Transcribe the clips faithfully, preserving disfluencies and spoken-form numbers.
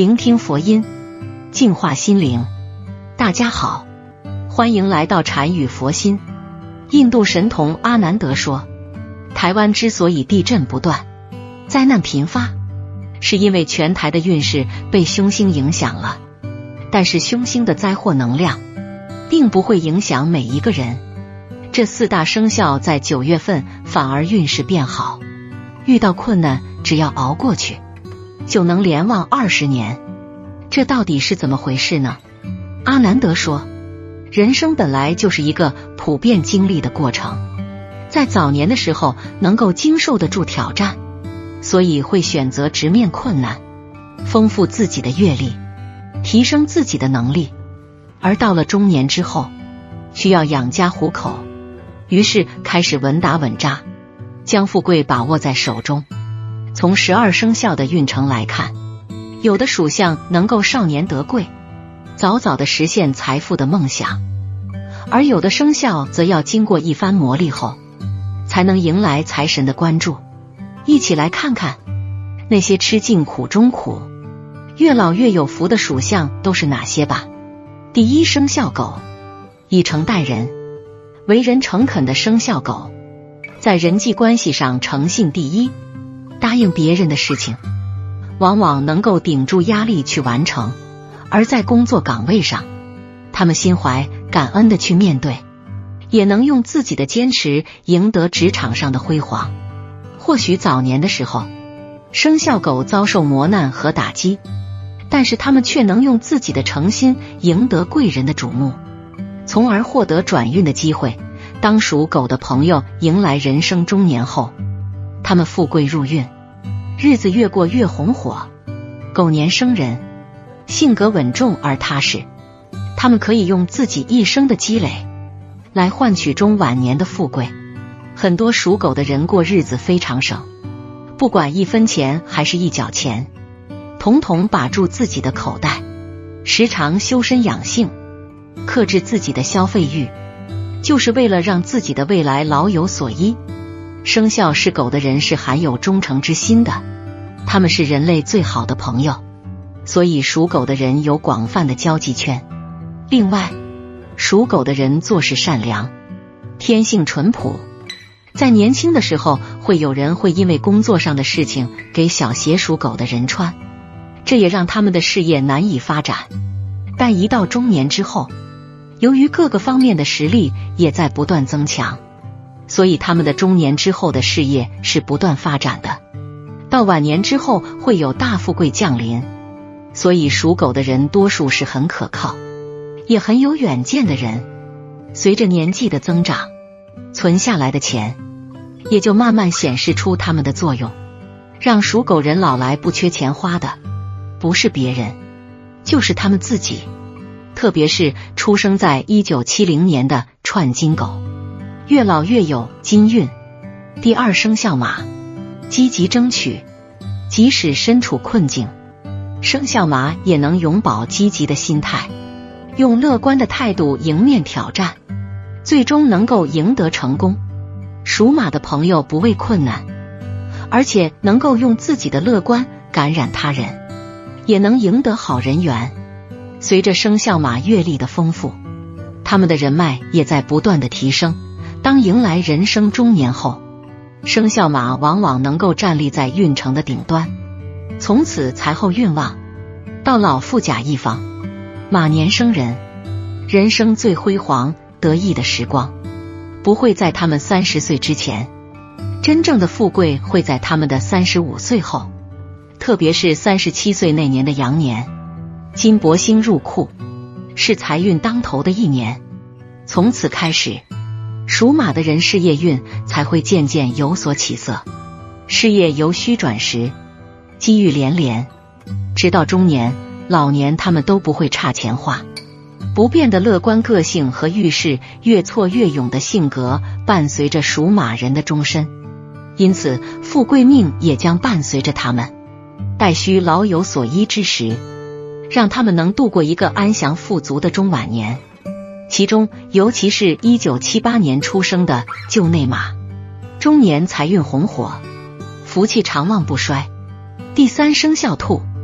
聆听佛音，净化心灵。大家好，欢迎来到禅语佛心。印度神童阿南德说，台湾之所以地震不断，灾难频发，是因为全台的运势被凶星影响了。但是凶星的灾祸能量并不会影响每一个人。这四大生肖在九月份反而运势变好，遇到困难只要熬过去，就能连旺二十年。这到底是怎么回事呢？阿南德说，人生本来就是一个普遍经历的过程，在早年的时候能够经受得住挑战，所以会选择直面困难，丰富自己的阅历，提升自己的能力。而到了中年之后，需要养家糊口，于是开始稳打稳扎，将富贵把握在手中。从十二生肖的运程来看，有的属相能够少年得贵，早早的实现财富的梦想，而有的生肖则要经过一番磨砺后，才能迎来财神的关注。一起来看看那些吃尽苦中苦，越老越有福的属相都是哪些吧。第一生肖狗，以诚待人，为人诚恳的生肖狗，在人际关系上诚信第一，答应别人的事情往往能够顶住压力去完成。而在工作岗位上，他们心怀感恩的去面对，也能用自己的坚持赢得职场上的辉煌。或许早年的时候，生肖狗遭受磨难和打击，但是他们却能用自己的诚心赢得贵人的瞩目，从而获得转运的机会。当属狗的朋友迎来人生中年后，他们富贵入运，日子越过越红火。狗年生人性格稳重而踏实，他们可以用自己一生的积累来换取中晚年的富贵。很多属狗的人过日子非常省，不管一分钱还是一角钱，统统把住自己的口袋，时常修身养性，克制自己的消费欲，就是为了让自己的未来老有所依。生肖是狗的人是含有忠诚之心的，他们是人类最好的朋友，所以属狗的人有广泛的交际圈。另外，属狗的人做事善良，天性淳朴，在年轻的时候会有人会因为工作上的事情给小鞋属狗的人穿，这也让他们的事业难以发展。但一到中年之后，由于各个方面的实力也在不断增强，所以他们的中年之后的事业是不断发展的。到晚年之后会有大富贵降临，所以属狗的人多数是很可靠，也很有远见的人。随着年纪的增长，存下来的钱也就慢慢显示出他们的作用，让属狗人老来不缺钱花的不是别人，就是他们自己。特别是出生在一九七零年的串金狗，越老越有金运。第二生肖马，积极争取，即使身处困境，生肖马也能永葆积极的心态，用乐观的态度迎面挑战，最终能够赢得成功。属马的朋友不畏困难，而且能够用自己的乐观感染他人，也能赢得好人缘。随着生肖马阅历的丰富，他们的人脉也在不断的提升。当迎来人生中年后，生肖马往往能够站立在运程的顶端，从此财后运旺，到老富甲一方。马年生人，人生最辉煌得意的时光不会在他们三十岁之前，真正的富贵会在他们的三十五岁后，特别是三十七岁那年的羊年，金帛星入库，是财运当头的一年。从此开始，属马的人事业运才会渐渐有所起色，事业由虚转实，机遇连连，直到中年老年他们都不会差钱花。不变的乐观个性和遇事越挫越勇的性格伴随着属马人的终身，因此富贵命也将伴随着他们，待需老有所依之时，让他们能度过一个安详富足的中晚年。其中尤其是一九七八年出生的旧内马，中年财运红火，福气长旺不衰。第三生肖兔，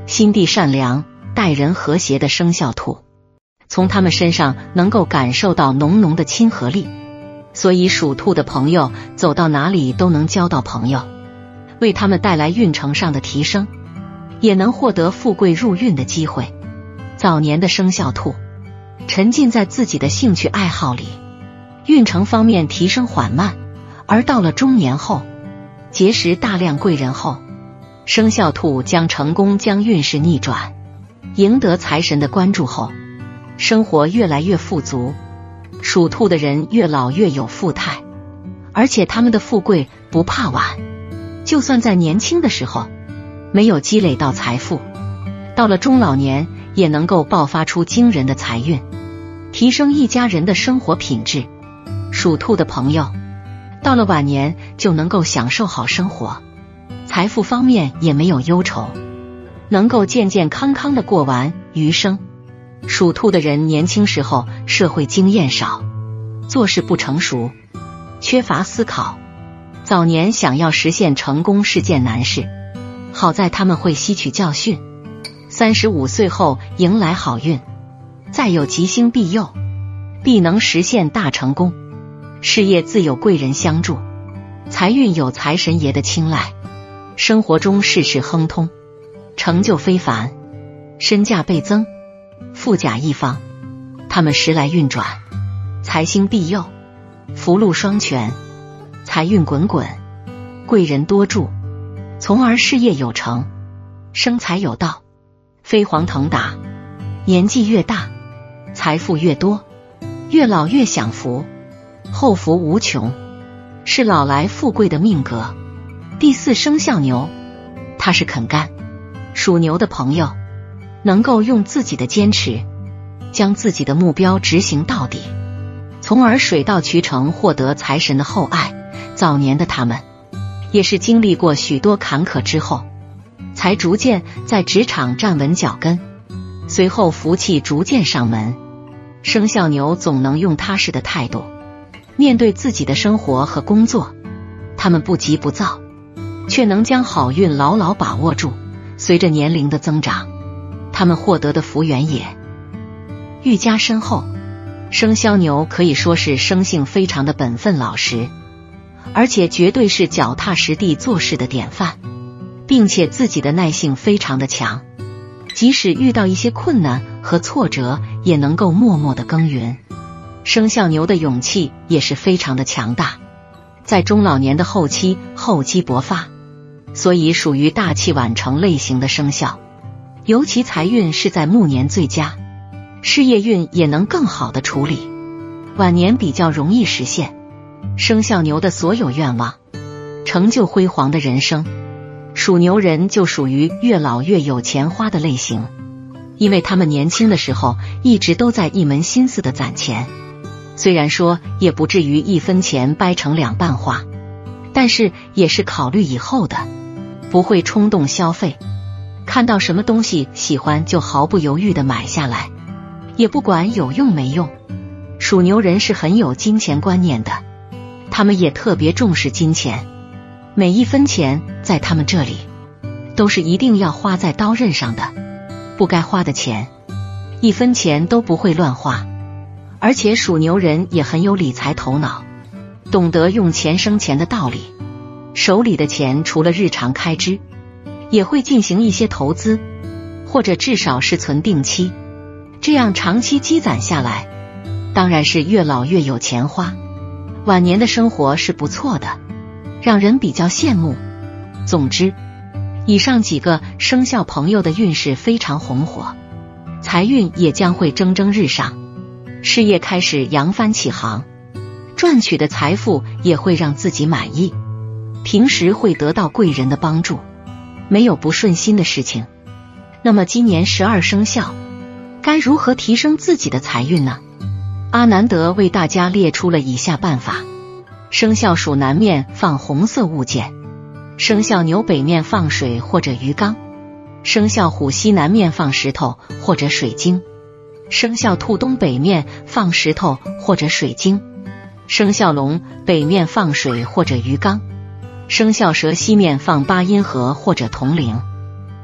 心地善良、待人和谐的生肖兔，从他们身上能够感受到浓浓的亲和力，所以属兔的朋友走到哪里都能交到朋友，为他们带来运程上的提升，也能获得富贵入运的机会。早年的生肖兔沉浸在自己的兴趣爱好里，运程方面提升缓慢，而到了中年后，结识大量贵人后，生肖兔将成功将运势逆转，赢得财神的关注后，生活越来越富足。属兔的人越老越有富态，而且他们的富贵不怕晚，就算在年轻的时候没有积累到财富，到了中老年也能够爆发出惊人的财运，提升一家人的生活品质。属兔的朋友到了晚年就能够享受好生活，财富方面也没有忧愁，能够健健康康的过完余生。属兔的人年轻时候社会经验少，做事不成熟，缺乏思考，早年想要实现成功是件难事，好在他们会吸取教训，三十五岁后迎来好运，再有吉星庇佑，必能实现大成功。事业自有贵人相助，财运有财神爷的青睐，生活中事事亨通，成就非凡，身价倍增，富甲一方。他们时来运转，财星庇佑，福禄双全，财运滚滚，贵人多助，从而事业有成，生财有道，飞黄腾达。年纪越大，财富越多，越老越享福，后福无穷，是老来富贵的命格。第四生肖牛，它是肯干。属牛的朋友能够用自己的坚持，将自己的目标执行到底，从而水到渠成，获得财神的厚爱。早年的他们也是经历过许多坎坷之后，才逐渐在职场站稳脚跟，随后福气逐渐上门。生肖牛总能用踏实的态度面对自己的生活和工作，他们不急不躁，却能将好运牢牢把握住。随着年龄的增长，他们获得的福缘也愈加深厚。生肖牛可以说是生性非常的本分老实，而且绝对是脚踏实地做事的典范，并且自己的耐性非常的强，即使遇到一些困难和挫折，也能够默默的耕耘。生肖牛的勇气也是非常的强大，在中老年的后期厚积薄发，所以属于大器晚成类型的生肖。尤其财运是在暮年最佳，事业运也能更好的处理，晚年比较容易实现生肖牛的所有愿望，成就辉煌的人生。属牛人就属于越老越有钱花的类型，因为他们年轻的时候一直都在一门心思的攒钱，虽然说也不至于一分钱掰成两半花，但是也是考虑以后的，不会冲动消费，看到什么东西喜欢就毫不犹豫的买下来，也不管有用没用。属牛人是很有金钱观念的，他们也特别重视金钱，每一分钱在他们这里都是一定要花在刀刃上的，不该花的钱一分钱都不会乱花。而且属牛人也很有理财头脑，懂得用钱生钱的道理，手里的钱除了日常开支，也会进行一些投资，或者至少是存定期，这样长期积攒下来，当然是越老越有钱花，晚年的生活是不错的，让人比较羡慕。总之，以上几个生肖朋友的运势非常红火，财运也将会蒸蒸日上，事业开始扬帆起航，赚取的财富也会让自己满意，平时会得到贵人的帮助，没有不顺心的事情。那么今年十二生肖该如何提升自己的财运呢？阿南德为大家列出了以下办法。生肖鼠南面放红色物件，生肖牛北面放水或者鱼缸，生肖虎西南面放石头或者水晶，生肖兔东北面放石头或者水晶，生肖龙北面放水或者鱼缸，生肖蛇西面放八音盒或者铜铃。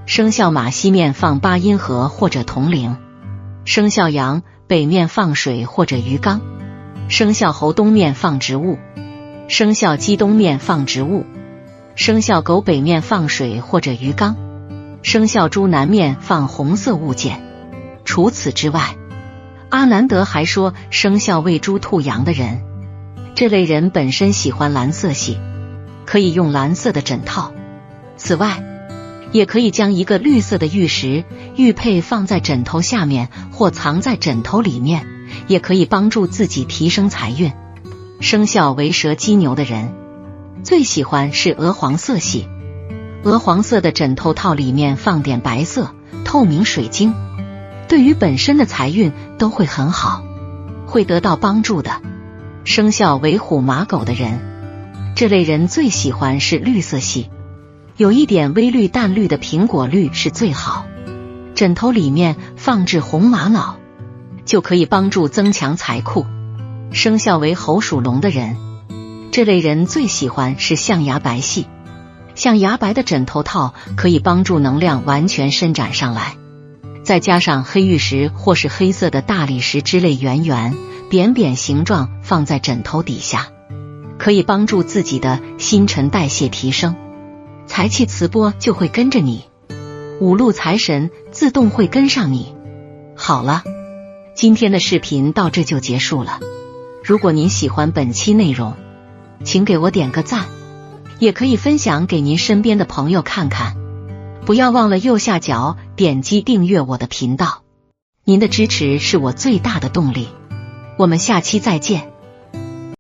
生肖马西面放八音盒或者铜铃，生肖羊北面放水或者鱼缸，生肖猴东面放植物，生肖鸡东面放植物，生肖狗北面放水或者鱼缸，生肖猪南面放红色物件。除此之外，阿南德还说，生肖未猪兔羊的人，这类人本身喜欢蓝色系，可以用蓝色的枕套。此外，也可以将一个绿色的玉石玉佩放在枕头下面或藏在枕头里面，也可以帮助自己提升财运。生肖为蛇鸡牛的人最喜欢是鹅黄色系，鹅黄色的枕头套里面放点白色透明水晶，对于本身的财运都会很好，会得到帮助的。生肖为虎马狗的人，这类人最喜欢是绿色系，有一点微绿淡绿的苹果绿是最好，枕头里面放置红玛瑙，就可以帮助增强财库。生肖为猴属龙的人，这类人最喜欢是象牙白系，象牙白的枕头套可以帮助能量完全伸展上来，再加上黑玉石或是黑色的大理石之类圆圆扁扁形状放在枕头底下，可以帮助自己的新陈代谢提升，财气磁波就会跟着你，五路财神自动会跟上你。好了，今天的视频到这就结束了。如果您喜欢本期内容，请给我点个赞，也可以分享给您身边的朋友看看。不要忘了右下角点击订阅我的频道，您的支持是我最大的动力。我们下期再见。